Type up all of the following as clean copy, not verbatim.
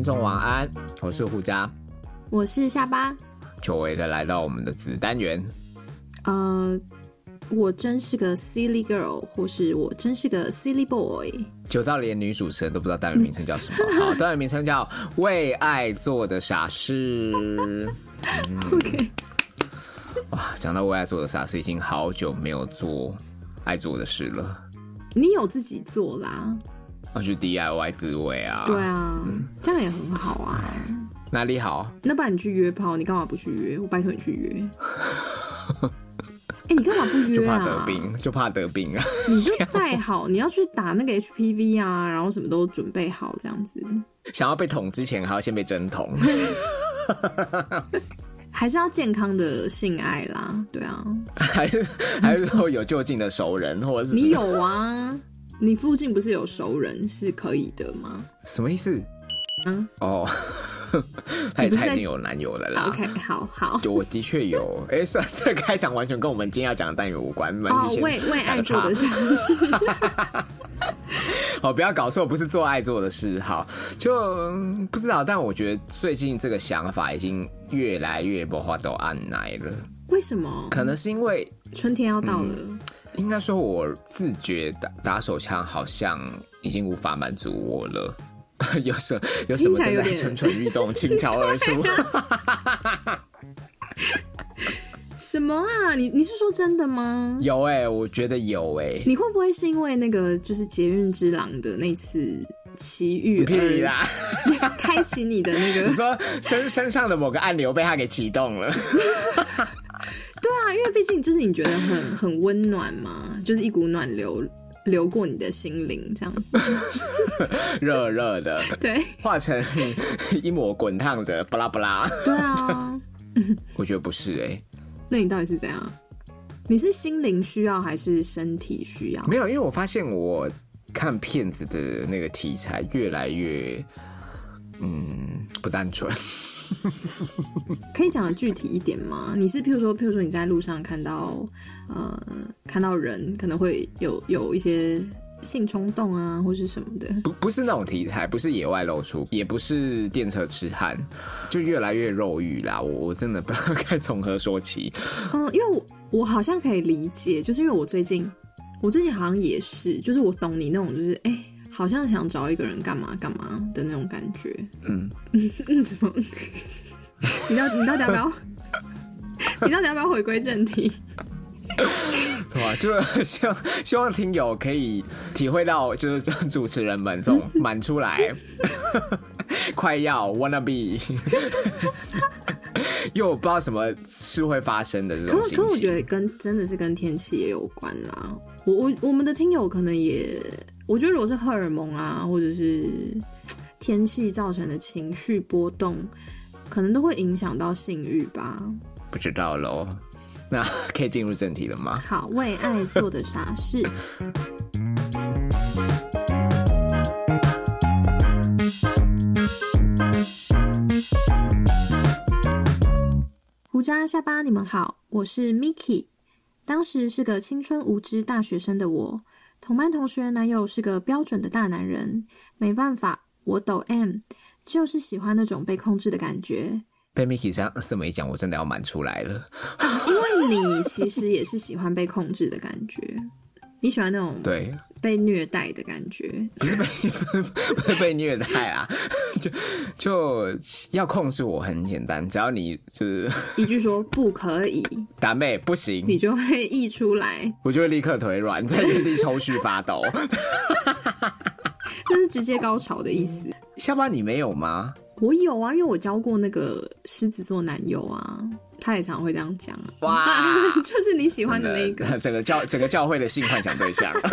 听众晚安，我是胡佳， 我是下巴， 久违的来到我们的子单元。 我真是个 silly girl， 或是我真是个 silly boy， 久到连女主持人都不知道单元名称叫什么。好，单元名称叫为爱做的傻事。 OK， 哇，讲到为爱做的傻事，已经好久没有做爱做的事了。 你有自己做啦？ 去 DIY 自慰啊？ 对啊，这样也很好啊。 哪里好？ 那不然你去约炮，你干嘛不去约？我拜托你去约。你干嘛不约啊？ 就怕得病啊！ 你就带好，你要去打那个 HPV 啊，然后什么都准备好，这样子。 想要被捅之前，还要先被针捅。 还是要健康的性爱啦，对啊。 还是说有就近的熟人，或者是你有啊？你附近不是有熟人是可以的吗？ 什么意思？他已经有男友了啦。 OK， 好， 我的确有。算这个开场完全跟我们今天要讲的单元无关。 为爱做的事。 不要搞错，不是做爱做的事。好，就不知道，但我觉得最近这个想法已经越来越没法都按耐了。 为什么？ 可能是因为春天要到了。 应该说，我自觉打手枪好像已经无法满足我了。有什么正在蠢蠢欲动，倾巢而出？ 什么啊？你是说真的吗？ 有我觉得有你会不会是因为那个就是捷运之狼的那次奇遇屁啦， 开启你的那个？ 你说身上的某个按钮被他给启动了？ 对啊，因为毕竟就是你觉得很温暖嘛，就是一股暖流过你的心灵，这样子， 热热的， 对， 化成一抹滚烫的巴拉巴拉。 对啊， 我觉得不是那你到底是怎样？你是心灵需要还是身体需要？ 没有，因为我发现我看片子的那个题材越来越不单纯。 可以讲的具体一点吗？你是譬如说你在路上看到人可能会有一些性冲动啊，或是什么的？ 不是那种题材，不是野外露出，也不是电车痴汉，就越来越肉欲啦。我真的不知道该从何说起。 因为我好像可以理解，就是因为我最近好像也是，就是我懂你那种，就是好像想找一个人干嘛干嘛的那种感觉。什么？你到底要不要？你到底要不要回归正题？ 对吧？就希望听友可以体会到，就是主持人们这种满出来，快要 wanna be， 因为我不知道什么事会发生的这种心情。 可我觉得真的是跟天气也有关啦。我们的听友可能也，我觉得如果是荷尔蒙啊，或者是天气造成的情绪波动，可能都会影响到性欲吧。 不知道咯。那可以进入正题了吗？ 好，为爱做的傻事。胡渣下巴，你们好，我是 Miki。当时是个青春无知大学生的我，同班同学男友是个标准的大男人，没办法，我抖 M， 就是喜欢那种被控制的感觉。 被 Miki 这么一讲，我真的要满出来了。 因为你其实也是喜欢被控制的感觉，你喜欢那种对被虐待的感觉， 不是被虐待啊，就要控制我很简单，只要你就是一句说不可以， 打妹不行， 你就会溢出来， 我就会立刻腿软，在原地抽搐发抖， 就是直接高潮的意思。 下巴你没有吗？ 我有啊，因为我交过那个狮子座男友啊，他也常会这样讲啊。 哇， 就是你喜欢的那个， 整个教会的性幻想对象。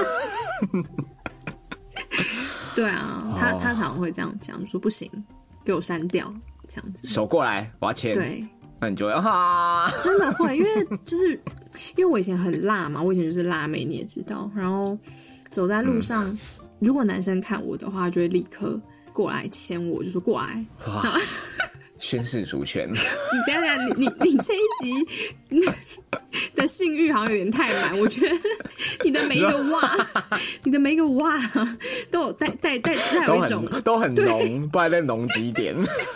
对啊，他常会这样讲，说不行，给我删掉，这样子。 手过来，我要签。 对， 那你就会真的会，因为我以前很辣嘛，我以前就是辣妹，你也知道。然后走在路上，如果男生看我的话，就会立刻过来牵我，就说过来。宣誓主权。 你等一下，你这一集的性欲好像有点太满，我觉得你的每一个哇都有带有一种都很浓，不然再浓几点。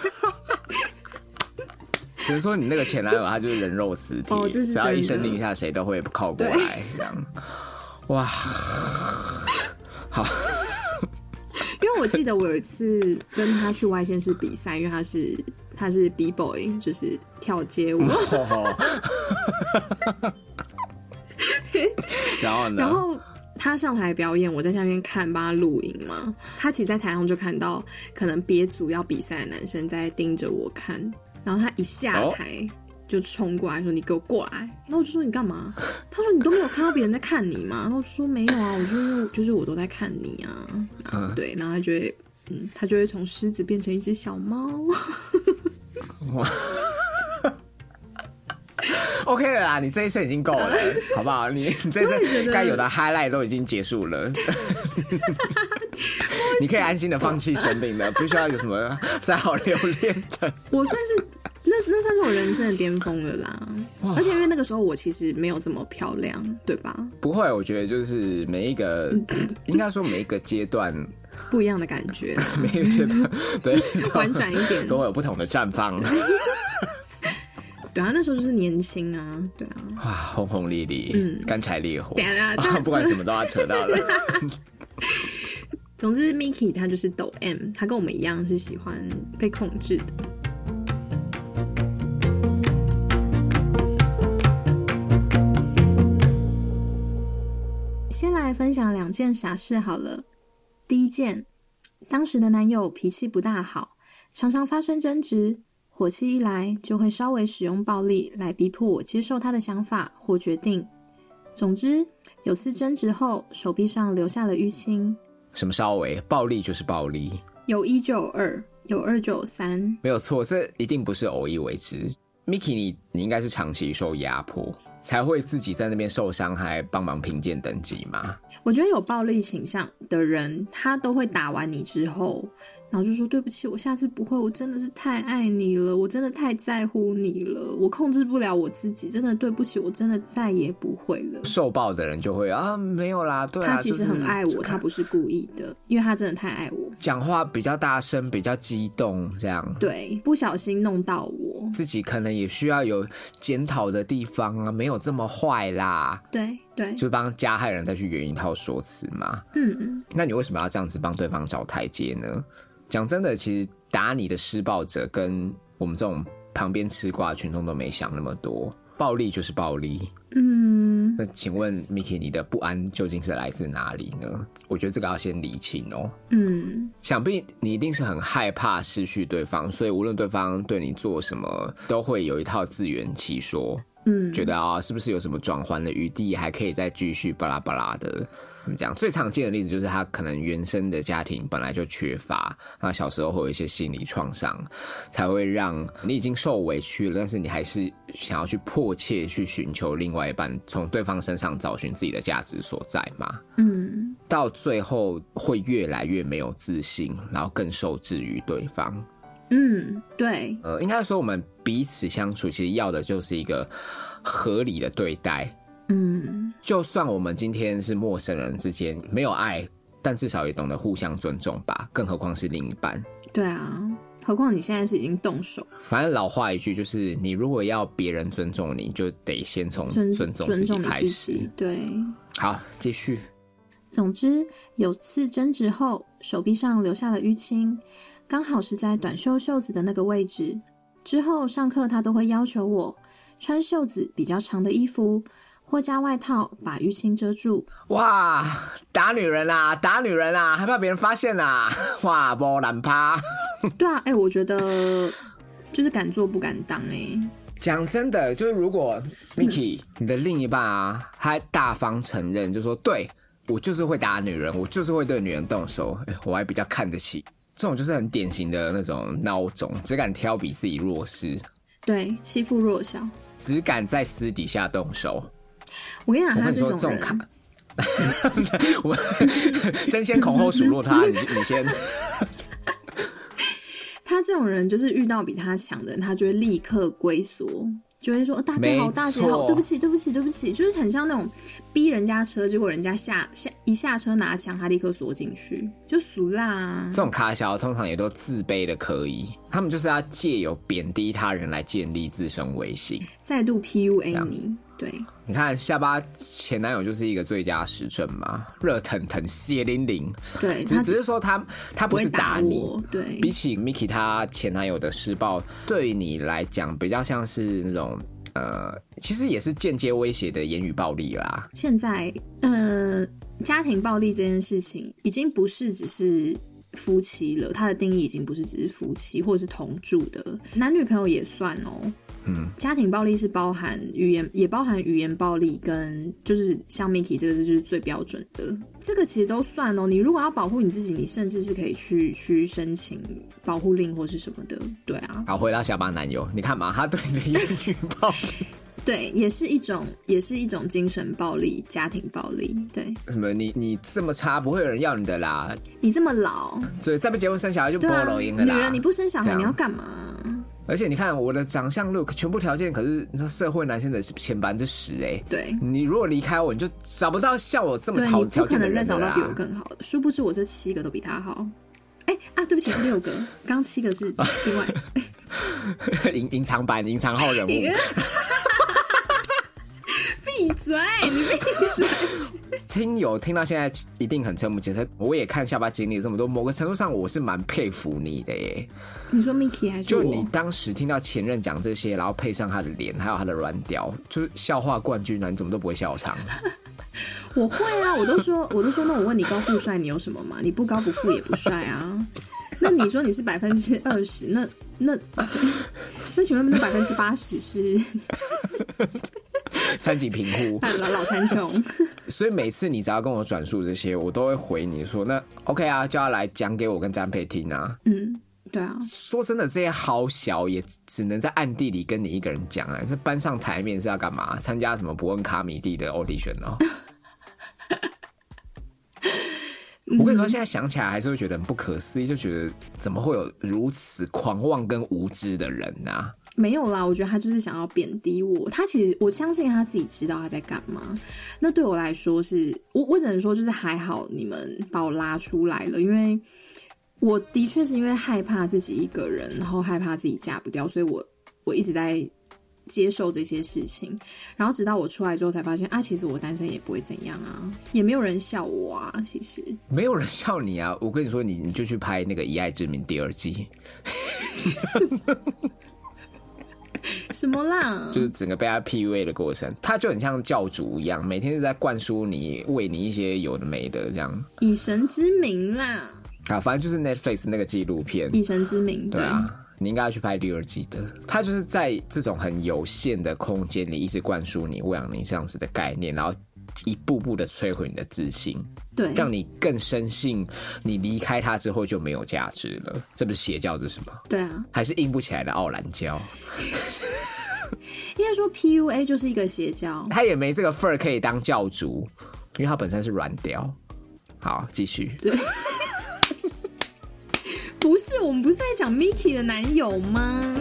比如说你那个前男友他就是人肉磁铁，只要一声令下谁都会靠过来这样。哇，好。 因为我记得我有一次跟他去外县市比赛，因为他是 B-boy， 就是跳街舞。然后他上台表演，我在下面看帮他录影嘛。他其实在台上就看到可能别组要比赛的男生在盯着我看，然后他一下台就冲过来说：“你给我过来！”然后我就说：“你干嘛？”他说：“你都没有看到别人在看你吗？”然后我就说：“没有啊，我说就是我都在看你啊。”对，然后他就会从狮子变成一只小猫。 哇，OK 了啦，你这一生已经够了，好不好？你这一生该有的 highlight 都已经结束了。你可以安心的放弃生命了，不需要有什么再好留恋的。 我算是那算是我人生的巅峰了啦。而且因为那个时候我其实没有这么漂亮，对吧？ 不会，我觉得就是应该说每一个阶段不一样的感觉， 每一个阶段对婉转一点都会有不同的绽放。 对啊，那时候就是年轻啊，对啊， 哇，轰轰烈烈，干柴烈火，不管什么都要扯到了。 总之 Miki 他就是抖 M， 他跟我们一样是喜欢被控制的。先来分享2件傻事好了。第一件，当时的男友脾气不大好，常常发生争执，火气一来就会稍微使用暴力来逼迫我接受他的想法或决定。总之，有次争执后，手臂上留下了淤青。 什么稍微？暴力就是暴力。 有1就有2，有2就有3。 没有错，这一定不是偶一为之。Miki， 你应该是长期受压迫，才会自己在那边受伤，还帮忙评鉴等级吗？ 我觉得有暴力倾向的人，他都会打完你之后，然后就说对不起，我下次不会，我真的是太爱你了，我真的太在乎你了，我控制不了我自己，真的对不起，我真的再也不会了。 受暴的人就会没有啦，对啊， 他其实很爱我，他不是故意的，因为他真的太爱我。 讲话比较大声，比较激动，这样对，不小心弄到我， 自己可能也需要有检讨的地方啊，没有这么坏啦。 对， 就是帮加害人再去圆一套说辞嘛。那你为什么要这样子帮对方找台阶呢？讲真的，其实打你的施暴者跟我们这种旁边吃瓜的群众都没想那么多，暴力就是暴力。那请问 Miki， 你的不安究竟是来自哪里呢？我觉得这个要先厘清哦。想必你一定是很害怕失去对方，所以无论对方对你做什么，都会有一套自圆其说。觉得是不是有什么转圜的余地，还可以再继续巴拉巴拉的。怎么讲？最常见的例子就是他可能原生的家庭本来就缺乏，那小时候会有一些心理创伤，才会让你已经受委屈了，但是你还是想要去迫切去寻求另外一半，从对方身上找寻自己的价值所在嘛。到最后会越来越没有自信，然后更受制于对方。 对， 应该说我们彼此相处，其实要的就是一个合理的对待。就算我们今天是陌生人之间没有爱，但至少也懂得互相尊重吧，更何况是另一半。 对啊，何况你现在是已经动手。 反正老话一句，就是你如果要别人尊重你，就得先从尊重自己开始。对，好，继续。 总之，有次争执后，手臂上留下了淤青，刚好是在短袖袖子的那个位置。之后上课他都会要求我穿袖子比较长的衣服，或加外套把淤青遮住。 哇，打女人啦，打女人啦，还怕别人发现啦？哇，没难怕。 对啊，我觉得就是敢做不敢当。 讲真的，就是如果 Miki 你的另一半啊，他大方承认，就说对我就是会打女人，我就是会对女人动手，我还比较看得起。这种就是很典型的那种孬种，只敢挑比自己弱势， 对，欺负弱小， 只敢在私底下动手。 我跟你讲，他这种人， 我争先恐后数落他，你先。 他这种人就是遇到比他强的人，他就会立刻龟缩， 就会说大哥好，大姐好，对不起，就是很像那种逼人家车，结果人家一下车拿枪，他立刻锁进去，就俗辣啊。 这种卡小通常也都自卑的可以，他们就是要借由贬低他人来建立自身威信， 再度 PUA 你。对， 你看下巴前男友就是一个最佳实证嘛，热腾腾血淋淋。 对， 只是说他不是打你， 对， 比起 Miki 他前男友的施暴，对于你来讲比较像是那种其实也是间接威胁的言语暴力啦。 现在家庭暴力这件事情已经不是只是夫妻了，它的定义已经不是只是夫妻或者是同住的，男女朋友也算哦。家庭暴力是包含语言暴力，跟就是像 Miki 这个就是最标准的，这个其实都算哦。你如果要保护你自己，你甚至是可以去申请保护令或是什么的，对啊。 好，回到下巴男友，你看嘛，他对你的言语暴力。 对，也是一种精神暴力、家庭暴力。对， 什么你这么差，不会有人要你的啦。 你这么老， 所以再不结婚生小孩就不会老赢了啦。 女人你不生小孩你要干嘛？ 而且你看我的长相 look 全部条件，可是你说社会男性的前10%哎。 对， 你如果离开我，你就找不到像我这么好条件的人了啦。你不可能再找到比我更好的。殊不知我这7个都比他好。对不起，是6个，刚7个是另外隐藏版、隐藏号人物。 闭嘴！你闭嘴！ 听友听到现在一定很瞠目结舌，我也看下巴经历了这么多，某个程度上我是蛮佩服你的耶。 你说 Miki 还是我？ 就你当时听到前任讲这些，然后配上他的脸，还有他的软屌，就是笑话冠军啊！你怎么都不会笑场？ 我会啊，我都说，那我问你高富帅，你有什么吗？你不高不富也不帅啊。那你说你是20%，那请问那80%是三级贫户， 老残穷。 所以每次你只要跟我转述这些，我都会回你说，那 OK 啊，叫他来讲给我跟詹佩听啊。 对啊。 说真的，这些好小也只能在暗地里跟你一个人讲啊。这搬上台面是要干嘛？参加什么伯恩卡米蒂的 audition 哦？我跟你说，现在想起来还是会觉得很不可思议，就觉得怎么会有如此狂妄跟无知的人啊？ 没有啦，我觉得他就是想要贬低我。他其实我相信他自己知道他在干嘛。那对我来说是，我只能说就是还好你们把我拉出来了，因为我的确是因为害怕自己一个人，然后害怕自己嫁不掉，所以我一直在接受这些事情，然后直到我出来之后才发现啊，其实我单身也不会怎样啊，也没有人笑我啊，其实没有人笑你啊。我跟你说，你就去拍那个《以爱之名》第2季。 什么啦？ 就是整个被他 PUA 的过程，他就很像教主一样，每天是在灌输你、喂你一些有的没的这样。 以神之名啦。 啊，反正就是 Netflix 那个纪录片《 以神之名》。 对啊，你应该要去拍第2季的。他就是在这种很有限的空间里，一直灌输你、喂养你这样子的概念，然后一步步的摧毁你的自信， 对， 让你更深信你离开他之后就没有价值了。这不是邪教是什么？ 对啊， 还是硬不起来的奥兰教。 应该说 PUA 就是一个邪教， 他也没这个份儿可以当教主，因为他本身是软屌。好，继续。 对。不是，我们不是在讲 Miki 的男友吗？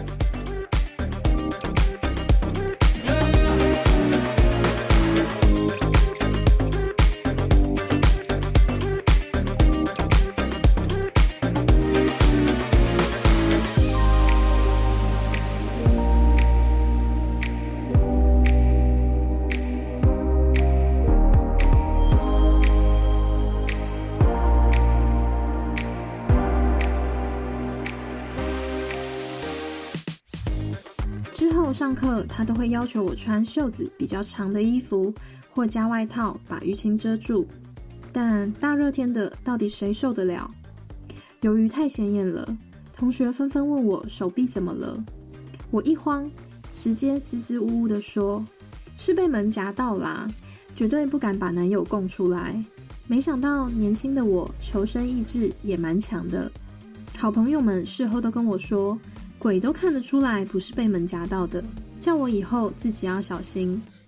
上课他都会要求我穿袖子比较长的衣服或加外套把淤青遮住，但大热天的到底谁受得了？由于太显眼了，同学纷纷问我手臂怎么了，我一慌直接支支吾吾地说是被门夹到啦，绝对不敢把男友供出来。没想到年轻的我求生意志也蛮强的，好朋友们事后都跟我说鬼都看得出来不是被门夹到的，叫我以后自己要小心。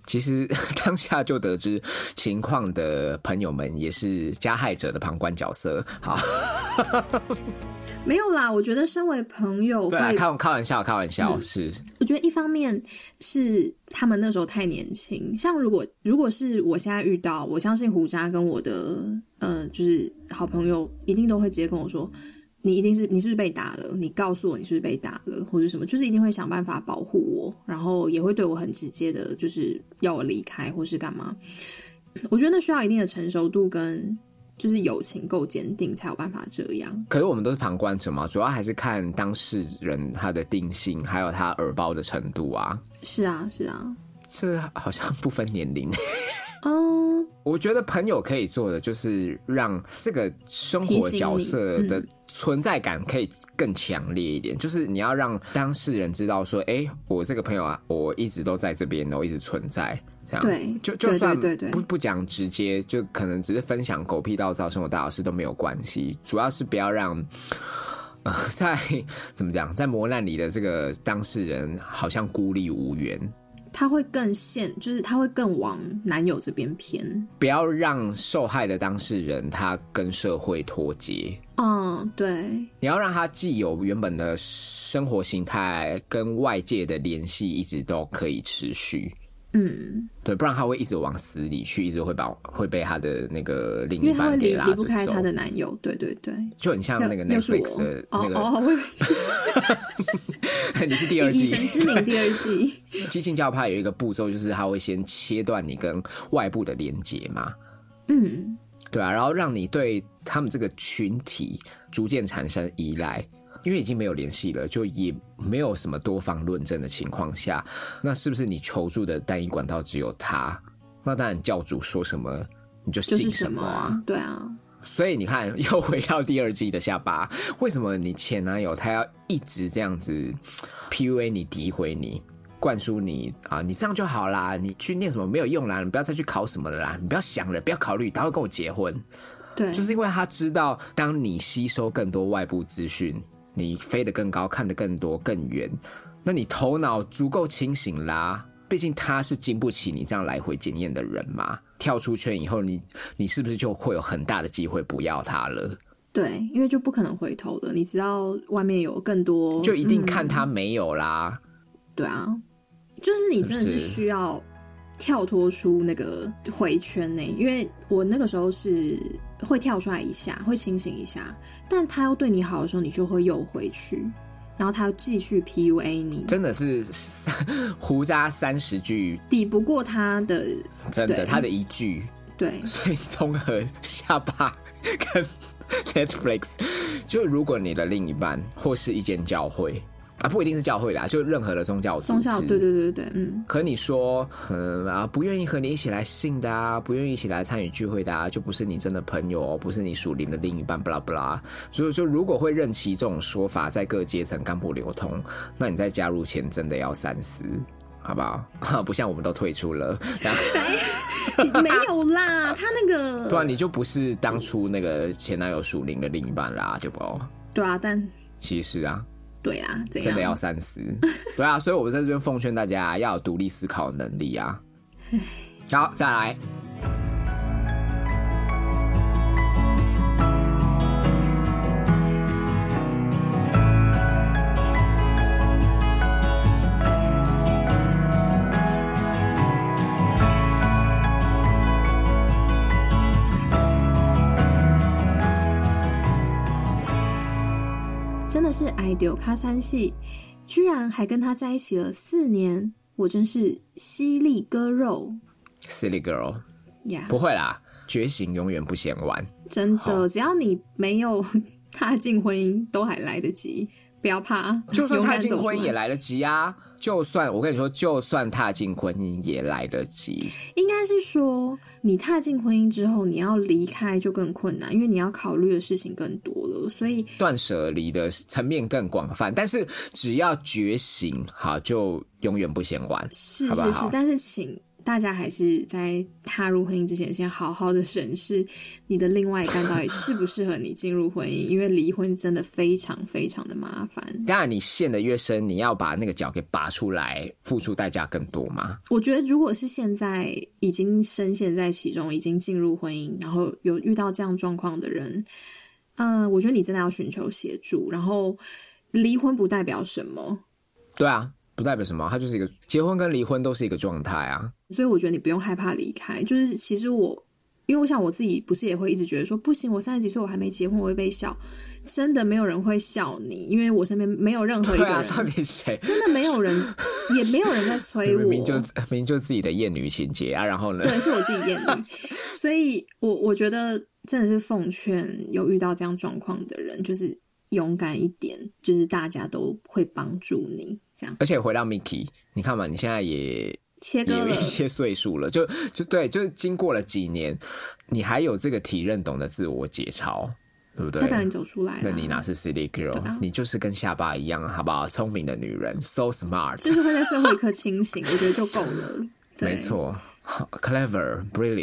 其实当下就得知情况的朋友们也是加害者的旁观角色。好， 没有啦，我觉得身为朋友对啊，开玩笑，是。 我觉得一方面是他们那时候太年轻，像如果是我现在遇到，我相信胡渣跟我的就是好朋友一定都会直接跟我说，你是不是被打了？你告诉我你是不是被打了，或者什么，就是一定会想办法保护我，然后也会对我很直接的，就是要我离开或是干嘛。我觉得那需要一定的成熟度跟就是友情够坚定才有办法这样。 可是我们都是旁观者嘛，主要还是看当事人他的定性，还有他耳包的程度啊。 是啊， 这好像不分年龄。我觉得朋友可以做的就是让这个生活角色的存在感可以更强烈一点，就是你要让当事人知道说，我这个朋友啊，我一直都在这边，我一直存在。这样对， 就算不讲直接，就可能只是分享狗屁倒灶生活大小事都没有关系，主要是不要让在怎么讲，在磨难里的这个当事人好像孤立无援。 他会更就是他会更往男友这边偏， 不要让受害的当事人他跟社会脱节。 对， 你要让他既有原本的生活形态跟外界的联系一直都可以持续。对，不然他会一直往死里去，一直会被他的那个另一半给拉着走， 因为他会离不开他的男友。对， 就很像那个 Netflix 的那个。你是第二季， 以神之名第二季。 激进教派有一个步骤，就是他会先切断你跟外部的连结嘛。对啊，然后让你对他们这个群体逐渐产生依赖。因为已经没有联系了，就也没有什么多方论证的情况下，那是不是你求助的单一管道只有他？那当然教主说什么你就信什么啊？ 对啊。 所以你看，又回到第二季的下巴，为什么你前男友他要一直这样子 PUA 你、诋毁你、灌输你啊？你这样就好啦，你去念什么没有用啦，你不要再去考什么了啦，你不要想了，不要考虑，他会跟我结婚。 对， 就是因为他知道，当你吸收更多外部资讯，你飞得更高，看得更多更远，那你头脑足够清醒啦。毕竟他是经不起你这样来回检验的人嘛。跳出圈以后，你是不是就会有很大的机会不要他了？ 对，因为就不可能回头的。你知道外面有更多， 就一定看他没有啦。 对啊，就是你真的是需要跳脱出那个回圈内，因为我那个时候是会跳出来一下，会清醒一下，但他要对你好的时候，你就会又回去，然后他要继续 PUA 你， 真的是胡渣30句抵不过他的， 真的他的一句， 对， 所以综合下巴跟 Netflix， 就如果你的另一半或是一间教会。不一定是教会啦，就任何的宗教组织。对，可你说，不愿意和你一起来信的啊，不愿意一起来参与聚会的啊，就不是你真的朋友哦，不是你属灵的另一半，不啦不啦。所以说，如果会任其这种说法在各阶层干部流通，那你在加入前真的要三思，好不好？不像我们都退出了， 没有啦，他那个， 对啊，你就不是当初那个前男友属灵的另一半啦，对不？ 对啊，但其实啊。 对啊， 真的要三思。对啊，所以我在这边奉劝大家要有独立思考的能力啊。好，再来。 真的是爱丢卡三系，居然还跟他在一起了4年，我真是犀利割肉 ，Silly girl， 不会啦，觉醒永远不嫌晚， 真的，只要你没有踏进婚姻，都还来得及，不要怕， 就算踏进婚姻也来得及啊。就算我跟你说，就算踏进婚姻也来得及。 应该是说，你踏进婚姻之后，你要离开就更困难，因为你要考虑的事情更多了。所以断舍离的层面更广泛，但是只要觉醒，好就永远不嫌晚。 是好不好？ 是，但是请大家还是在踏入婚姻之前，先好好的审视你的另外一半到底适不适合你进入婚姻，因为离婚真的非常非常的麻烦。 当然，你陷得越深，你要把那个脚给拔出来，付出代价更多吗？ 我觉得，如果是现在已经深陷在其中，已经进入婚姻，然后有遇到这样状况的人，我觉得你真的要寻求协助。然后，离婚不代表什么， 对啊。不代表什么，它就是一个结婚跟离婚都是一个状态啊。 所以我觉得你不用害怕离开。就是其实因为我想我自己不是也会一直觉得说不行，我30几岁我还没结婚，我会被笑。真的没有人会笑你，因为我身边没有任何一个人。 对啊，到底谁？ 真的没有人，也没有人在催我。 明明就自己的厌女情节啊，然后呢？ 对，是我自己厌女。所以我觉得真的是奉劝有遇到这样状况的人，就是勇敢一点，就是大家都会帮助你这样。 而且回到 Miki， 你看嘛，你现在也切割了也有一些岁数了，就对，就是经过了几年，你还有这个体认懂的自我解嘲，对不对？ 代表你走出来了。 那你哪是 City Girl？你就是跟下巴一样，好不好？聪明的女人 ，so smart， 就是会在最后一刻清醒，我觉得就够了。 没错 ，clever brilliant 。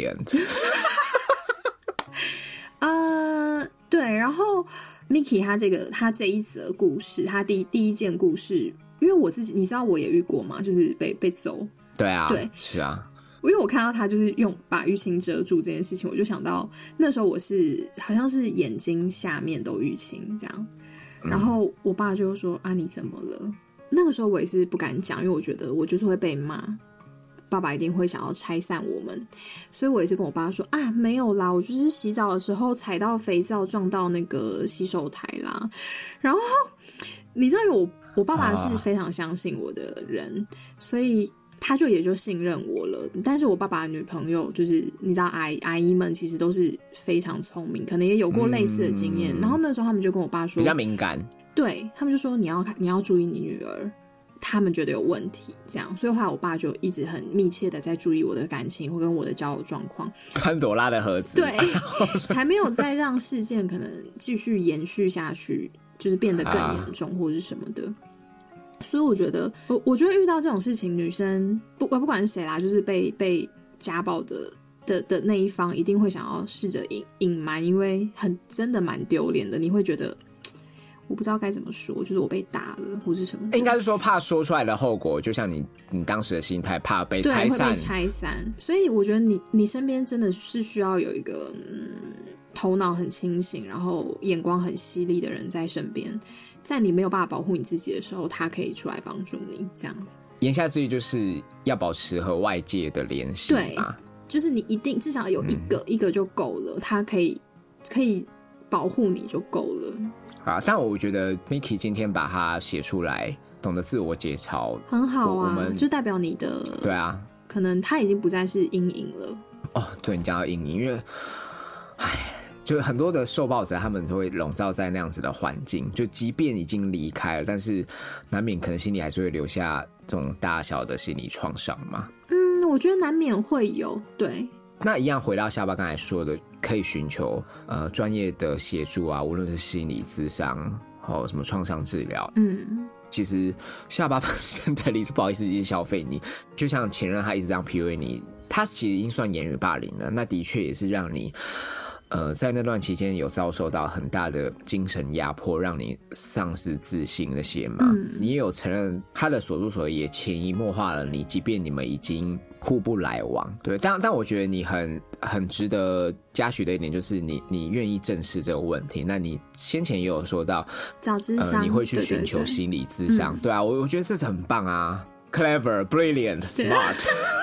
对，然后 Miki 他这一则故事，他第一件故事，因为我自己你知道我也遇过嘛，就是被揍。 对啊， 对， 是啊。 因为我看到他就是把淤青遮住这件事情，我就想到那时候我好像是眼睛下面都淤青这样，然后我爸就说啊你怎么了？那个时候我也是不敢讲，因为我觉得我就是会被骂，爸爸一定会想要拆散我们，所以我也是跟我爸说啊没有啦，我就是洗澡的时候踩到肥皂撞到那个洗手台啦。然后你知道我爸爸是非常相信我的人，所以他也就信任我了。但是我爸爸的女朋友就是你知道阿姨们其实都是非常聪明，可能也有过类似的经验，然后那时候他们就跟我爸说比较敏感， 对，他们就说你要注意你女儿，他们觉得有问题这样，所以后来我爸就一直很密切的在注意我的感情或跟我的交友状况， 潘朵拉的盒子， 对，才没有再让事件可能继续延续下去，就是变得更严重或是什么的。所以我觉得遇到这种事情，女生不管是谁啦，就是被家暴的那一方，一定会想要试着隐瞒，因为真的蛮丢脸的。你会觉得我不知道该怎么说，就是我被打了或是什么的， 应该是说怕说出来的后果，就像你当时的心态，怕被拆散， 对，会被拆散。所以我觉得你身边真的是需要有一个头脑很清醒，然后眼光很犀利的人在身边。在你没有办法保护你自己的时候，他可以出来帮助你，这样子。 言下之意就是要保持和外界的联系， 对，就是你一定至少有一个就够了，他可以保护你就够了。 啊，但我觉得 Miki 今天把它写出来，懂得自我解嘲， 很好啊，就代表你的对啊， 可能他已经不再是阴影了。 哦，对，你讲到阴影，因为，就很多的受暴者，他们都会笼罩在那样子的环境，就即便已经离开了，但是难免可能心里还是会留下这种大小的心理创伤嘛。 我觉得难免会有，对。 那一样回到下巴刚才说的，可以寻求专业的协助啊，无论是心理咨商，什么创伤治疗。其实下巴本身的例子，不好意思，一直消费你，就像前任他一直这样 PUA 你，他其实已经算言语霸凌了，那的确也是让你在那段期间有遭受到很大的精神压迫，让你丧失自信那些嘛。你也有承认他的所作所为也潜移默化了你，即便你们已经互不来往，对。但我觉得你很值得嘉许的一点就是你愿意正视这个问题。那你先前也有说到找咨商， 你会去寻求心理咨商，对啊，我觉得这是很棒啊 ，clever, brilliant, smart 。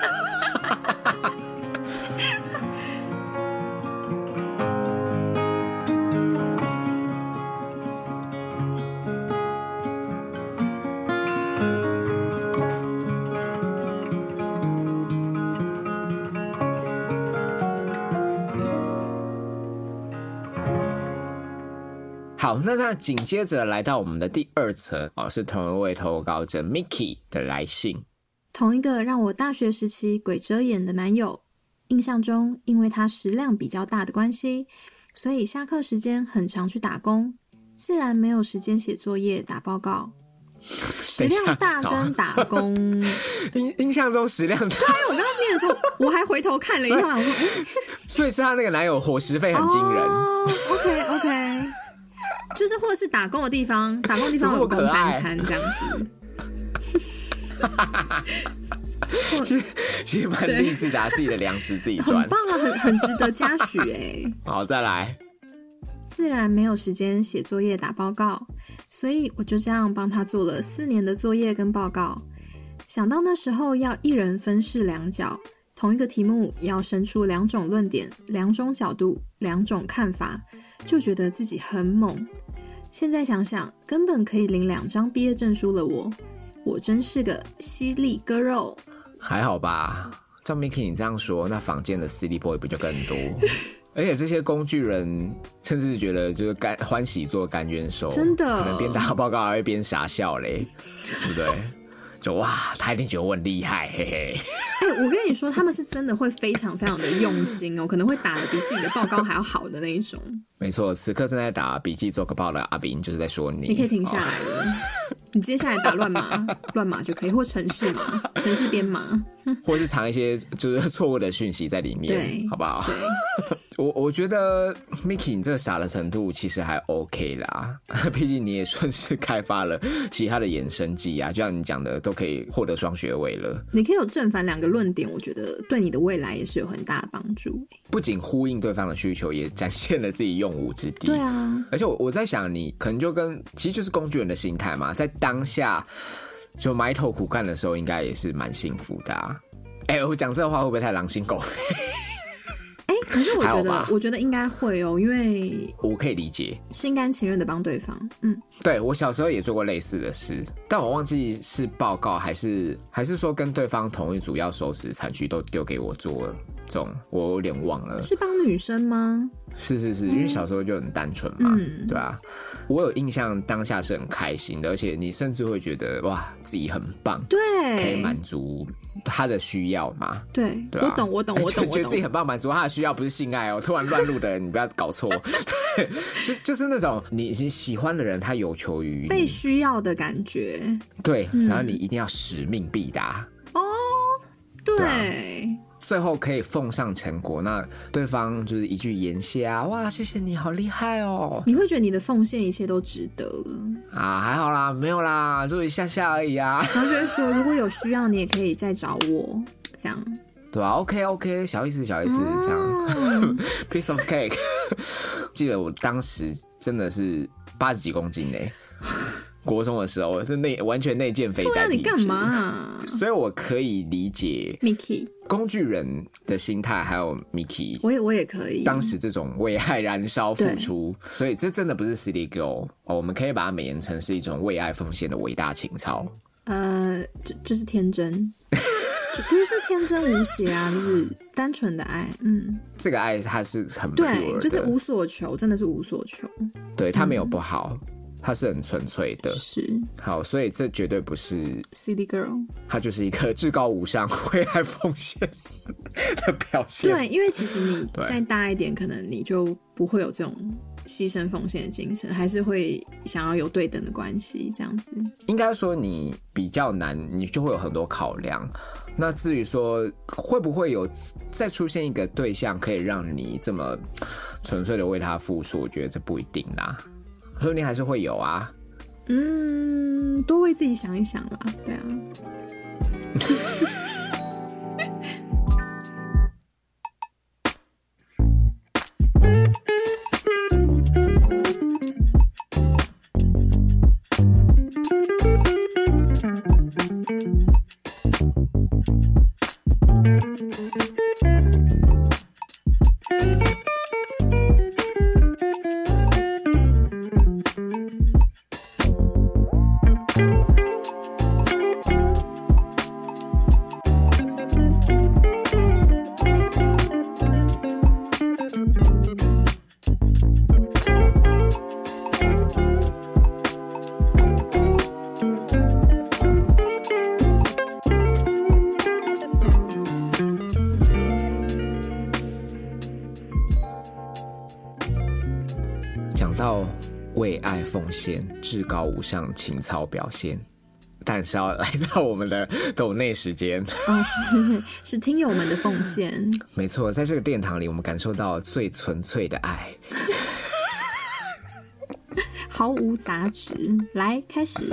好，那紧接着来到我们的第二则是同一位投稿者 Miki 的来信。 同一个让我大学时期鬼遮眼的男友，印象中因为他食量比较大的关系，所以下课时间很常去打工，自然没有时间写作业打报告。 食量大跟打工， 印象中食量大。 对啊，我刚刚念的时候，我还回头看了一下，我说， 所以是他那个男友伙食费很惊人。 OK， 就是或者是打工的地方有供3餐这样子。其实蛮励志的，自己的粮食自己赚， 很棒啊，很值得嘉许哎。 好，再来。 自然没有时间写作业打报告，所以我就这样帮他做了4年的作业跟报告。想到那时候要一人分饰2角，同一个题目要生出2种论点、2种角度、2种看法，就觉得自己很猛。现在想想，根本可以领2张毕业证书了我真是个犀利割肉。 还好吧，照 Miki 你这样说，那坊间的私立 boy 不就更多？而且这些工具人甚至觉得就是欢喜做甘愿受， 真的可能边打报告还会边傻笑嘞，对不对？就哇，他一定觉得我很厉害，嘿嘿。 我跟你说，他们是真的会非常非常的用心哦，可能会打得比自己的报告还要好的那一种。没错，此刻正在打笔记做个报的阿斌就是在说你， 你可以停下来了。你接下来打乱码就可以，或程式码、程式编码， 或是藏一些就是错误的讯息在里面， 对， 好不好？我觉得 Miki 你这个傻的程度其实还 OK 啦，毕竟你也顺势开发了其他的衍生技啊，就像你讲的，都可以获得双学位了。 你可以有正反2个论点，我觉得对你的未来也是有很大的帮助。 不仅呼应对方的需求，也展现了自己用武之地。 对啊， 而且我在想，你可能就其实就是工具人的心态嘛，在当下就埋头苦干的时候，应该也是蛮幸福的啊。我讲这话会不会太狼心狗肺？ 可是我觉得应该会哦，因为我可以理解， 心甘情愿的帮对方。 对，我小时候也做过类似的事，但我忘记是报告还是说跟对方同一组要收拾残局都丢给我做了，这种我有点忘了。 是帮女生吗？ 是，因为小时候就很单纯嘛，对啊。我有印象，当下是很开心的，而且你甚至会觉得哇，自己很棒， 对， 可以满足他的需要嘛。 对，我懂， 觉得自己很棒，满足他的需要，不是性爱哦。突然乱入的人，你不要搞错。对，就是那种你喜欢的人，他有求于你， 被需要的感觉。 对，然后你一定要使命必达。 哦，对。 最后可以奉上成果，那对方就是一句言谢啊，哇，谢谢你好厉害哦， 你会觉得你的奉献一切都值得了啊，还好啦，没有啦，就一下下而已啊。 然后就会说，如果有需要，你也可以再找我，这样， 对啊 OK， 小意思，这样，piece of cake。记得我当时真的是80几公斤嘞。国中的时候是完全内建肥宅体质， 你干嘛啊？ 所以我可以理解 Miki 工具人的心态，还有 Miki， 我也可以。 当时这种为爱燃烧付出，所以这真的不是 City Girl，我们可以把它美言成是一种为爱奉献的伟大情操。 就是天真，就是天真无邪啊，就是单纯的爱。 这个爱它是很 pure 对， 的， 就是无所求，真的是无所求。 对，它没有不好。它是很纯粹的， 是好，所以这绝对不是 City Girl， 它就是一个至高无上、为爱奉献的表现。 对，因为其实你再大一点，可能你就不会有这种牺牲奉献的精神，还是会想要有对等的关系，这样子。 应该说你比较难，你就会有很多考量。那至于说会不会有再出现一个对象可以让你这么纯粹的为他付出，我觉得这不一定啦。说不定还是会有啊， 多为自己想一想啦，对啊。为爱奉献，至高无上情操表现， 但是要来到我们的抖内时间哦，是听友们的奉献。 没错，在这个殿堂里，我们感受到最纯粹的爱， 毫无杂质。来，开始。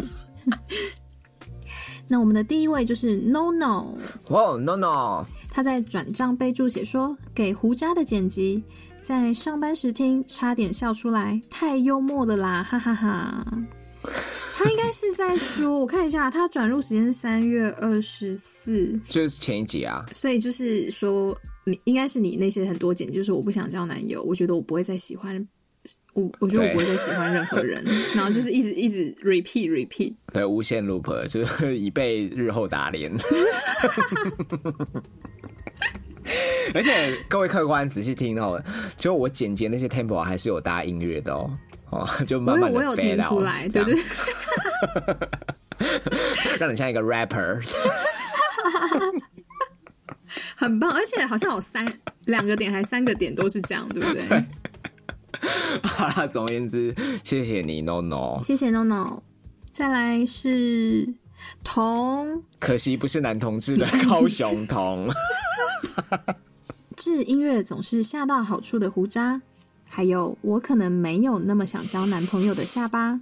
那我们的第一位就是 NoNo。 哇 NoNo， 他在转账备注写说，给胡渣的剪辑，在上班时听差点笑出来，太幽默了啦，哈哈哈。他应该是在说，我看一下，他转入时间是3月24， 就是前一集啊。 所以就是说，你应该是你那些很多剪辑，就是我不想交男友，我觉得我不会再喜欢。我觉得我不会再喜欢任何人，然后就是一直 repeat， 对，无限 loop， 就是以备日后打脸。而且各位客官仔细听哦，就我剪辑那些 tempo 还是有搭音乐的哦，就慢慢的我有听出来，对对， 让你像一个 rapper， 很棒，而且好像有2个点还3个点都是这样，对不对？ 好啦，总而言之，谢谢你 NoNo， 谢谢 NoNo。再来是童， 可惜不是男同志的高雄童。 致音乐总是恰到好处的胡渣，还有我可能没有那么想交男朋友的下巴。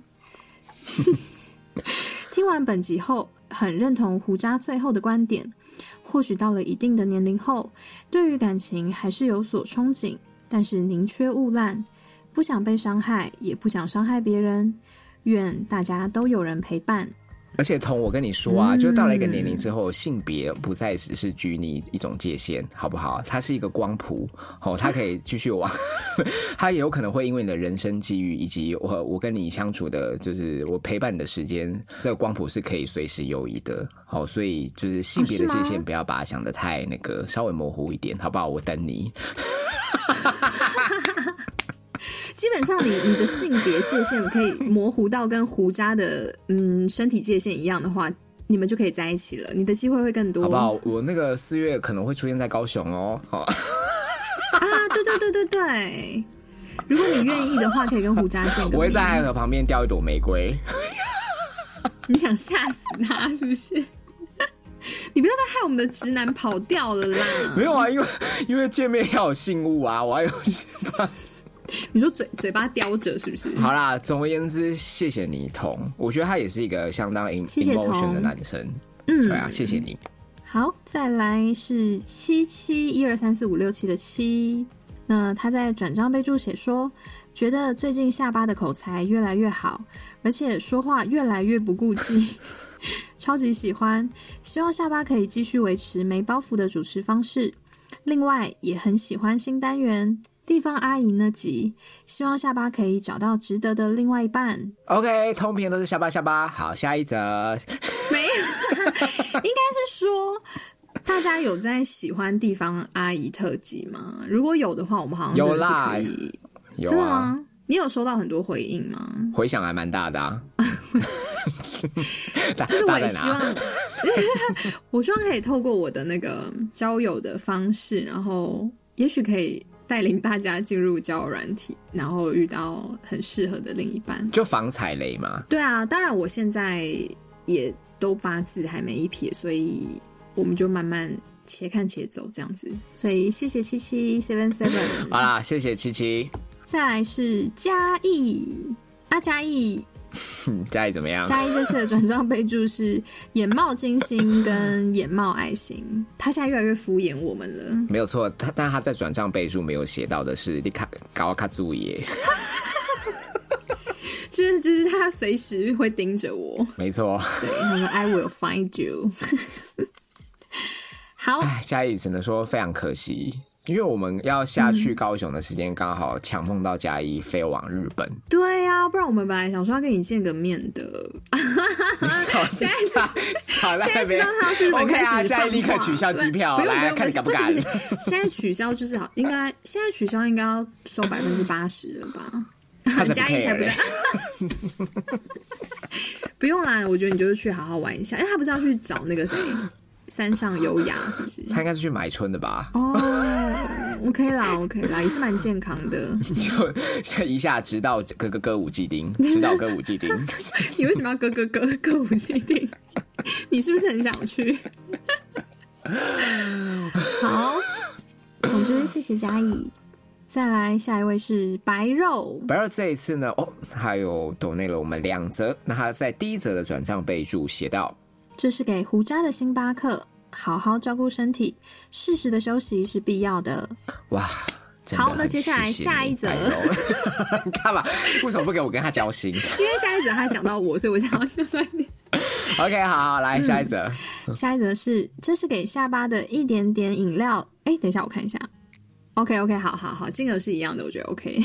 听完本集后，很认同胡渣最后的观点，或许到了一定的年龄后，对于感情还是有所憧憬，但是宁缺毋滥，不想被伤害，也不想伤害别人，愿大家都有人陪伴。 而且童，我跟你说啊，就到了一个年龄之后，性别不再只是拘泥一种界限，好不好？它是一个光谱，它可以继续往，它也有可能会因为你的人生际遇以及我跟你相处的，就是我陪伴你的时间，这个光谱是可以随时游移的。好，所以就是性别的界限不要把它想得太那个，稍微模糊一点，好不好？我等你。 基本上你的性别界限可以模糊到跟胡渣的身体界限一样的话，你们就可以在一起了，你的机会会更多， 好不好？我那个4月可能会出现在高雄哦。啊， 对，如果你愿意的话，可以跟胡渣见个面。 我会在爱河旁边叼一朵玫瑰。 你想吓死他是不是？你不要再害我们的直男跑掉了啦！ 没有啊，因为见面要有信物啊，我还有你说嘴巴叼着是不是？ 好啦，总而言之，谢谢你童，我觉得他也是一个相当 emotion 的男生。对啊，谢谢你。 好，再来是77123456的7，那他在转账备注写说，觉得最近下巴的口才越来越好，而且说话越来越不顾忌，超级喜欢，希望下巴可以继续维持没包袱的主持方式。另外也很喜欢新单元地方阿姨那集，希望下巴可以找到值得的另外一半。 OK， 通篇都是下巴。好，下一则。 没有应该是说大家有在喜欢地方阿姨特辑吗？如果有的话，我们好像真的是可以。 有啊， 真的吗？你有收到很多回应吗？ 回响还蛮大的啊。 就是我也希望我希望可以透过我的那个交友的方式，然后也许可以带领大家进入交友软体，然后遇到很适合的另一半， 就防踩雷嘛。 对啊，当然我现在也都8字还没一撇，所以我们就慢慢且看且走这样子。所以谢谢7777。 好啦，谢谢77。 再来是嘉义啊，嘉义嘉义怎么样？ 嘉义这次的转账备注是眼冒金星跟眼冒爱心，他现在越来越敷衍我们了。 没有错，但他在转账备注没有写到的是你搞卡注意， 就是他随时会盯着我。 没错， 对，他说 I will find you 。好， 嘉义只能说非常可惜。因为我们要下去高雄的时间刚好抢碰到嘉义飞往日本。 对啊，不然我们本来想说要跟你见个面的。现在知道他要去日本开始放话， 嘉义立刻取消机票，来看你敢不敢。 现在取消就是好，应该现在取消应该要收80%了吧？嘉义才不在。不用啦，我觉得你就是去好好玩一下。他不是要去找那个谁？山上优雅是不是？ 他应该是去买春的吧？ 哦， OK 啦 OK 啦，也是蛮健康的。 就一下直到歌舞伎町，直到歌舞伎町。 你为什么要歌舞伎町？你是不是很想去？好，总之谢谢嘉义。再来下一位是白肉， 白肉这一次呢，他有抖内了我们2则。那他在第一则的转账备注写道： 这是给胡渣的星巴克，好好照顾身体，适时的休息是必要的。 哇！ 好，那接下来下一则， 你干嘛？为什么不给我跟他交心？因为下一则他讲到我，所以我想要问你。 OK， 好，来下一则。 下一则是，这是给下巴的一点点饮料。等一下，我看一下。OK， 好，金额是一样的，我觉得 OK。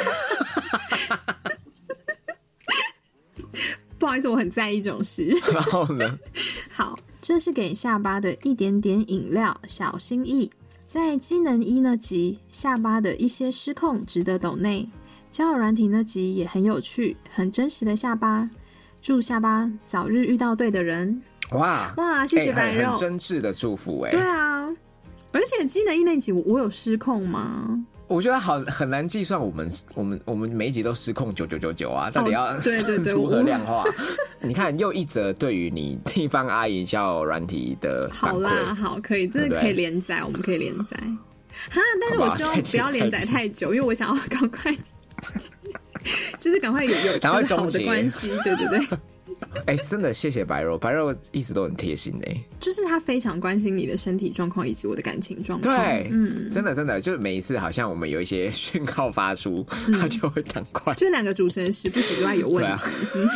不好意思，我很在意这种事。 然后呢？ 好，这是给下巴的一点点饮料，小心意。在机能1那集，下巴的一些失控值得抖内。交友软体那集也很有趣，很真实的下巴。祝下巴早日遇到对的人。 哇， 谢谢白肉， 很真挚的祝福对啊，而且机能1那集我有失控吗？ 我觉得很难计算，我们每一集都失控9999啊，到底要对如何量化？你看又一则对于你地方阿姨交友软体的反馈。 好啦，好，可以，这个可以连载，我们可以连载。但是我希望不要连载太久，因为我想要赶快，就是赶快有就是好的关系，对。 真的谢谢白肉，白肉一直都很贴心就是他非常关心你的身体状况以及我的感情状况。 对，真的，就是每一次好像我们有一些讯号发出，他就会赶快。 就2个主持人时不时都在有问题。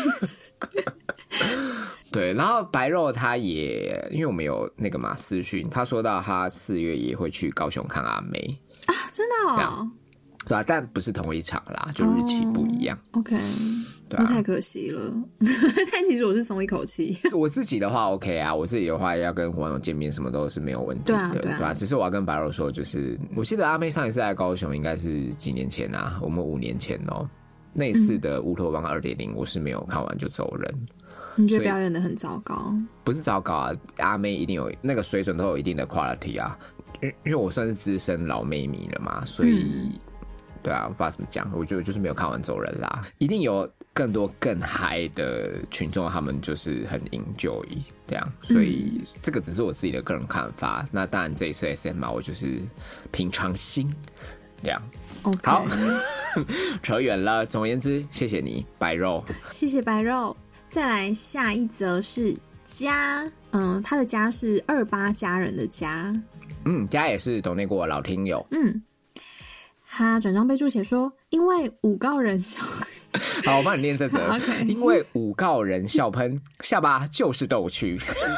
对，然后白肉他也因为我们有那个嘛私讯，他说到他4月也会去高雄看阿妹啊，真的哦。 对啊，但不是同一场啦，就日期不一样。 OK， 对啊，太可惜了。但其实我是松一口气。 我自己的话 OK 啊，我自己的话要跟网友见面，什么都是没有问题的，对吧？只是我要跟白肉说，就是我记得阿妹上一次来高雄应该是几年前啊，我们5年前哦。那一次的乌托邦 2.0 我是没有看完就走人。 你觉得表演的很糟糕？ 不是糟糕啊，阿妹一定有那个水准，都有一定的 quality 啊。因为我算是资深老妹迷了嘛，所以。对啊，我不知道怎么讲，我觉得就是没有看完走人啦。一定有更多更嗨的群众，他们就是很 enjoy 这样，所以这个只是我自己的个人看法。那当然这一次 SM 我就是平常心这样。 Okay. 好，扯远了。总而言之，谢谢你，白肉。 谢谢白肉。再来下一则是家，他的家是28家人的家。 家也是抖内过老听友。 他转账备注写说，因为五告人笑好，我帮你念这则。 okay. 因为五告人笑喷，下巴就是逗趣。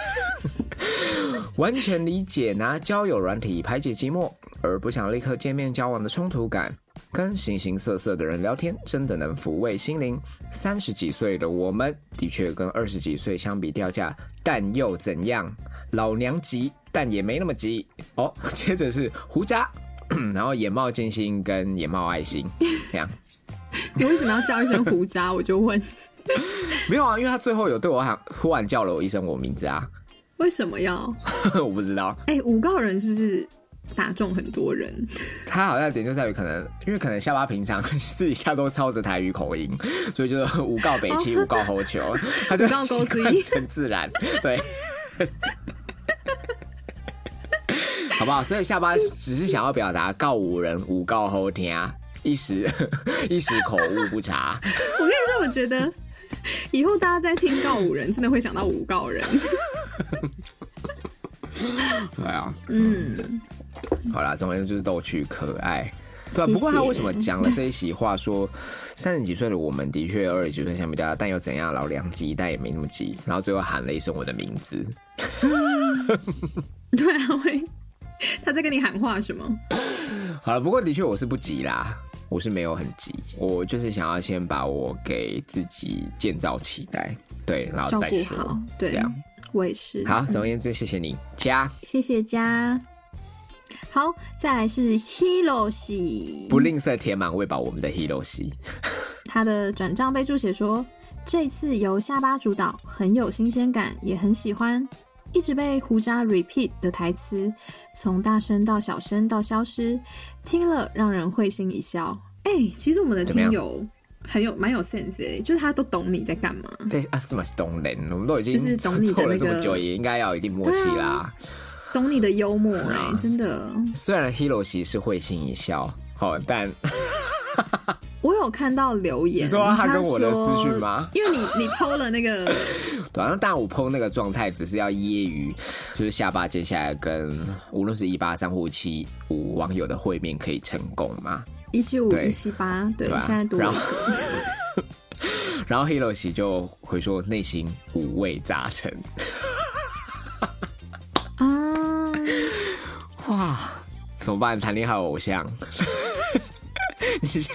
完全理解拿交友软体排解寂寞，而不想立刻见面交往的冲突感。跟形形色色的人聊天，真的能抚慰心灵。30几岁的我们，的确跟20几岁相比掉价，但又怎样？老娘急，但也没那么急。接着是胡渣。然后眼冒金星跟眼冒爱心这样。 你为什么要叫一声胡渣？我就问。 没有啊，因为他最后有对我忽然叫了我一声我名字啊。 为什么要？ 我不知道。 五告人是不是打中很多人？ 他好像点就在于因为可能下巴平常私底下都操着台语口音，所以就是五告北七，五告后球，他就习惯成自然，对。好不好？所以下巴只是想要表达告五人，五告后听，一时口误不察。 我跟你说，我觉得以后大家在听告五人，真的会想到五告人。 对啊，好啦，总而言之就是逗趣可爱，对吧？不过他为什么讲了这一席话，说30几岁的我们的确20几岁相比较，但又怎样？老娘急，但也没那么急。然后最后喊了一声我的名字。 对啊，他在跟你喊话什么？ 好了，不过的确我是不急啦，我是没有很急，我就是想要先把我给自己建造期待，对，然后再说。照顾好， 对，这样我也是。 好，总而言之，谢谢你，家， 谢谢家。好，再来是 Hiroshi， 不吝啬填满喂饱我们的 Hiroshi。 他的转账备注写说，这次由下巴主导，很有新鲜感，也很喜欢。 一直被胡渣 repeat 的台词，从大声到小声到消失，听了让人会心一笑。其实我们的听友蛮有 sense 的，就是他都懂你在干嘛。 对啊，这么是懂人，我们都已经就是懂你的那个做了这么久，也应该要有一定默契啦。 懂你的幽默真的。 虽然 Hiroshi 是会心一笑，但我有看到留言， 你说他跟我的私讯吗？ 因为你 po 了那个， 对啊，但我 po 那个状态只是要揶揄，就是下巴接下来跟无论是183或175网友的会面可以成功嘛 ？175、178，对，现在多了一个。 然后 Hiroshi 就回说内心五味杂陈。哇，怎么办？谈恋爱偶像，你现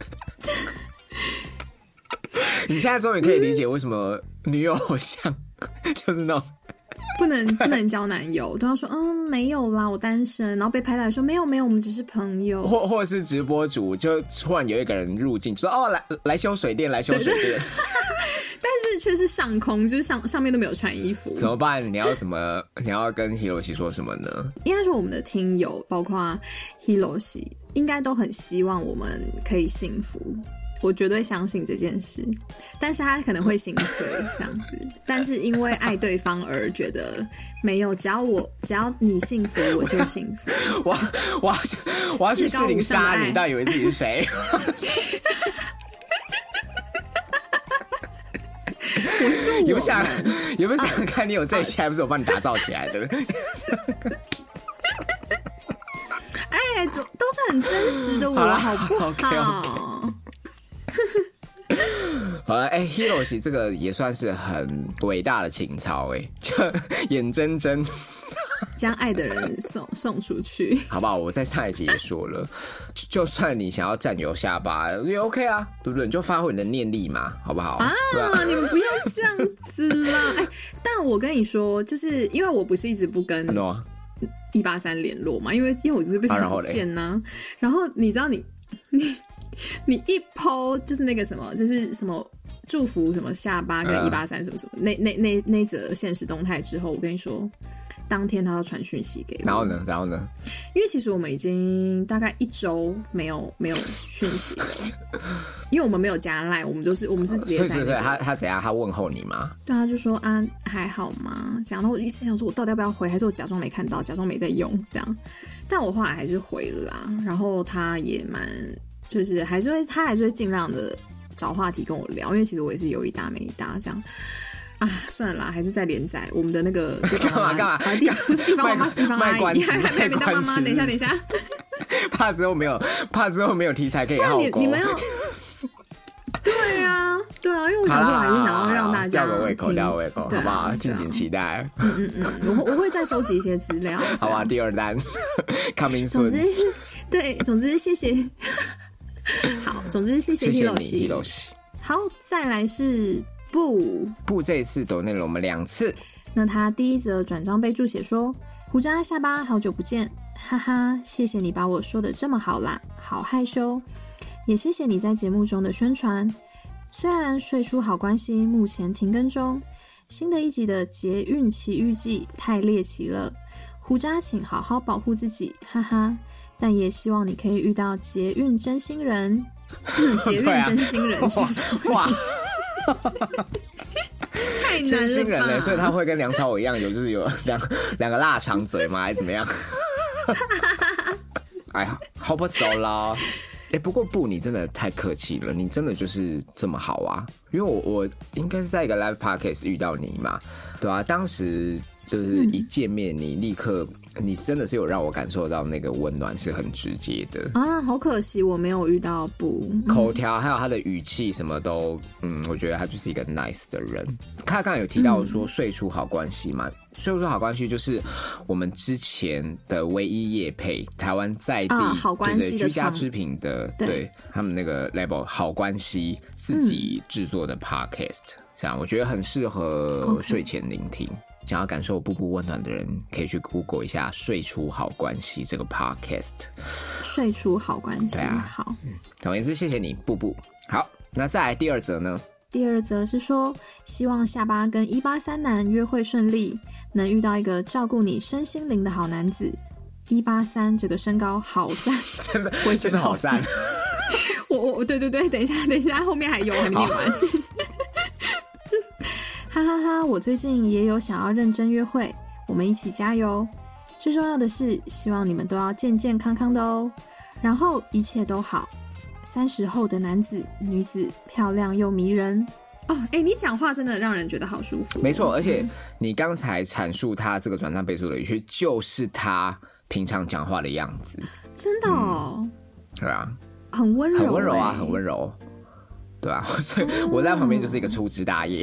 在终于可以理解为什么女友偶像就是那种不能交男友，都要说没有啦，我单身，然后被拍到说没有，我们只是朋友， 或者是直播主就突然有一个人入境说来修水电，来修水电。 但是却是上空，就是上面都没有穿衣服， 怎么办？你要跟 Hiroshi 说什么呢？ 应该说我们的听友，包括 Hiroshi， 应该都很希望我们可以幸福。我绝对相信这件事，但是他可能会心碎这样子，但是因为爱对方而觉得没有，只要你幸福，我就幸福。 我要去士林杀你，到底以为自己是谁？ 我说我有没有想看你有这一期，还不是我帮你打造起来的？ 都是很真实的我，好不好？ Okay. 好了，Hiroshi 这个也算是很伟大的情操就眼睁睁将爱的人送出去， 好不好？我在上一集也说了，就算你想要占有下巴也 OK 啊，对不对？你就发挥你的念力嘛，好不好？ 你们不要这样子啦！但我跟你说，就是因为我不是一直不跟183联络嘛，因为我就是不想见呐。然后你知道你一 po 就是那个什么，就是什么祝福什么下巴跟183什么什么那则现实动态之后，我跟你说，当天他要传讯息给我。 然后呢？ 因为其实我们已经大概1周没有讯息了，因为我们没有加赖，我们是直接在对，他怎样？他问候你吗？ 对，他就说还好吗？这样，然后我一直想说，我到底要不要回，还是我假装没看到，假装没在用这样？但我后来还是回了啦。然后他也就是他还是会尽量的找话题跟我聊，因为其实我也是有一搭没一搭这样。算了啦，还是在连载我们的那个干嘛？ 不是地方妈妈，是地方阿姨，还没当妈妈。等一下， 怕之后没有题材可以好过。 你们要对啊，因为我想说，我还是想要让大家吊个胃口，好不好？敬请期待。 我会再收集一些资料。 好吧，第二单 coming soon。 总之谢谢。好，总之谢谢 Hiroshi。好，再来是布这一次抖内了我们2次。 那他第一则转账备注写说：胡渣下巴，好久不见，哈哈，谢谢你把我说的这么好啦，好害羞。也谢谢你在节目中的宣传。虽然睡出好关系目前停更中，新的一集的捷运奇遇记太猎奇了，胡渣请好好保护自己，哈哈。但也希望你可以遇到捷运真心人。捷运真心人是什么？哇，太难了吧！ 真心人嘞，所以他会跟梁朝伟一样，就是有两个腊肠嘴吗？还是怎么样？哎呀，好不走啦！不过你真的太客气了，你真的就是这么好啊！因为我应该是在一个 live podcast 遇到你嘛，对啊，当时就是一见面，你立刻。你真的是有让我感受到那个温暖，是很直接的啊！好可惜我没有遇到口条，还有他的语气什么都，我觉得他就是一个 nice 的人。他刚才有提到说睡出好关系嘛，睡出好关系就是我们之前的唯一业配，台湾在地好关系的居家织品的，对他们那个 label 好关系自己制作的 podcast，这样我觉得很适合睡前聆听。想要感受布布温暖的人，可以去 Google 一下《睡出好关系》这个 podcast。 睡出好关系， 对啊， 好。 总而言之，谢谢你，布布。好，那再来第二则呢？ 第二则是说，希望下巴跟183男约会顺利，能遇到一个照顾你身心灵的好男子。183这个身高好赞， 真的好赞。 我对，等一下，后面还有，还没念完。哈哈哈，我最近也有想要认真约会，我们一起加油。最重要的是，希望你们都要健健康康的哦，然后一切都好。30后的男子、女子，漂亮又迷人哦。你讲话真的让人觉得好舒服。 没错，而且你刚才阐述他这个转账倍数的语气，就是他平常讲话的样子。 真的哦。 对啊， 很温柔， 很温柔啊，很温柔。对啊，所以我在旁边就是一个粗枝大叶。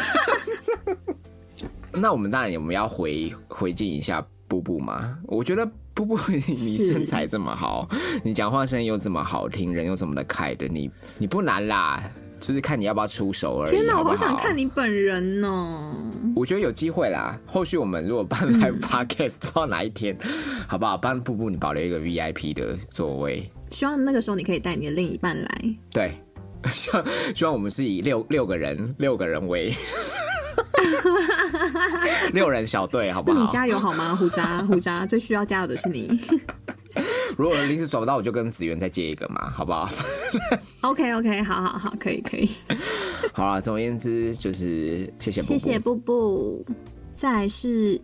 那我们当然我们要回敬一下布布嘛。我觉得布布你身材这么好，你讲话声音又这么好听，人又这么的开的，你不难啦，就是看你要不要出手而已。 天哪， 好不好？ 我好想看你本人哦。 我觉得有机会啦，后续我们如果办 live podcast，不知道哪一天，好不好？帮布布你保留一个 VIP 的座位。 希望那个时候你可以带你的另一半来。 对，希望我们是以六个人为。6人小队，好不好？ 那你加油好吗？胡渣最需要加油的是你。 如果临时找不到，我就跟子源再借一个嘛，好不好 ？OK， 好，可以。 好啦，总而言之就是谢谢布布。再来是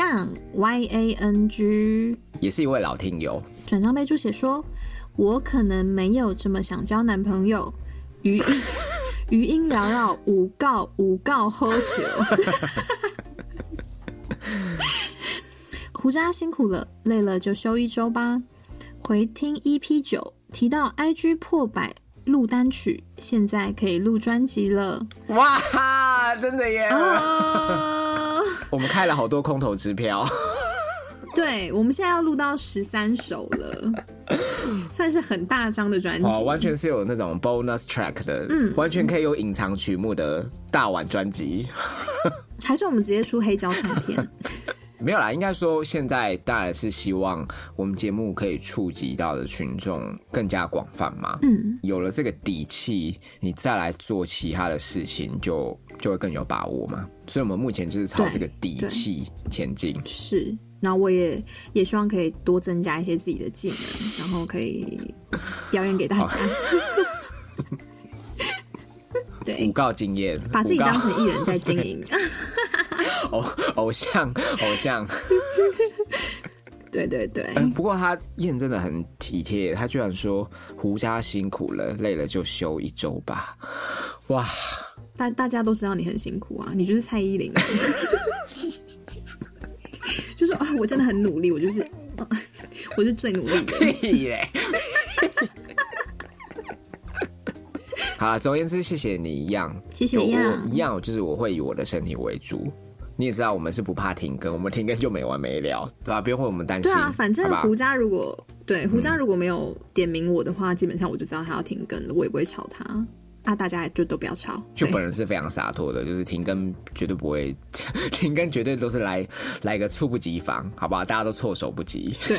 Yang， 也是一位老听友， 转账备注写说，我可能没有这么想交男朋友，余音缭绕，五告喝酒。胡渣辛苦了，累了就休1周吧。回听 EP9 提到 IG 破100录单曲，现在可以录专辑了。 哇，真的耶！我们开了好多空头支票。 对，我们现在要录到13首了，算是很大张的专辑。 完全是有那种 bonus track 的，完全可以有隐藏曲目的大碗专辑。 还是我们直接出黑胶唱片？ 没有啦，应该说现在当然是希望我们节目可以触及到的群众更加广泛嘛。有了这个底气，你再来做其他的事情就会更有把握嘛。所以我们目前就是朝这个底气前进。是。 然后我也希望可以多增加一些自己的技能，然后可以表演给大家。对， 五告经验， 把自己当成艺人在经营。 偶像。 对。 不过他燕真的很体贴，他居然说胡渣辛苦了，累了就休1周吧。哇， 大家都知道你很辛苦啊，你就是蔡依林。就说我真的很努力，我是最努力的。 屁嘞！好，总而言之，谢谢你一样， 谢谢一样，就是我会以我的身体为主。你也知道，我们是不怕停更，我们停更就没完没了，对吧？不用为我们担心。 对啊，反正胡渣如果没有点名我的话，基本上我就知道他要停更了，我也不会吵他。大家就都不要吵。 就本人是非常洒脱的，就是停更绝对不会，停更绝对都是来个猝不及防，好不好？大家都措手不及。 对。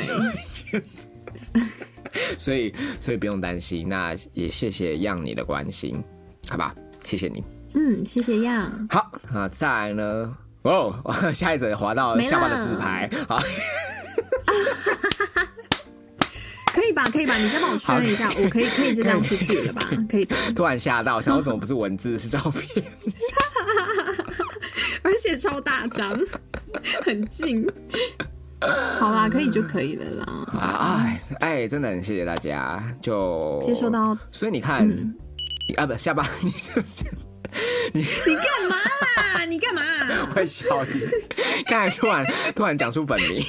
所以不用担心。那也谢谢样你的关心，好吧？谢谢你。 谢谢样。 好，那再来呢？下一则滑到下巴的自拍，好。 可以吧，你再帮我确认一下，我可以就这样出去了吧？可以吧？ 突然吓到，想说怎么不是文字是照片， 而且超大张，很近。好啦，可以就可以了啦。 真的很谢谢大家，就接收到。 所以你看，下巴，你干嘛啦？你干嘛？ 我会笑你。刚才突然讲出本名，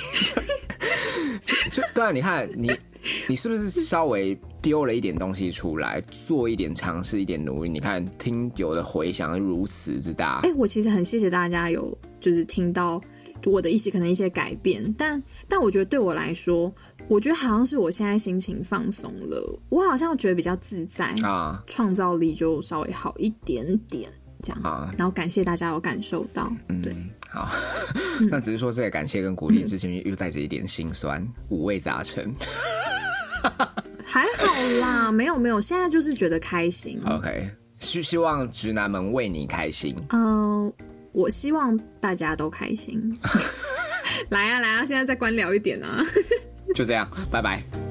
对啊，你看你是不是稍微丢了一点东西出来，做一点尝试，一点努力？你看听友的回响如此之大。 我其实很谢谢大家有就是听到我的可能一些改变，但我觉得对我来说，我觉得好像是我现在心情放松了，我好像觉得比较自在啊，创造力就稍微好一点点这样啊。然后感谢大家有感受到，对， 好，那只是说这个感谢跟鼓励之前又带着一点心酸，五味杂陈。 还好啦，没有，现在就是觉得开心。 OK， 希望直男们为你开心。 我希望大家都开心。来啊，现在再官僚一点啊。 就这样，拜拜。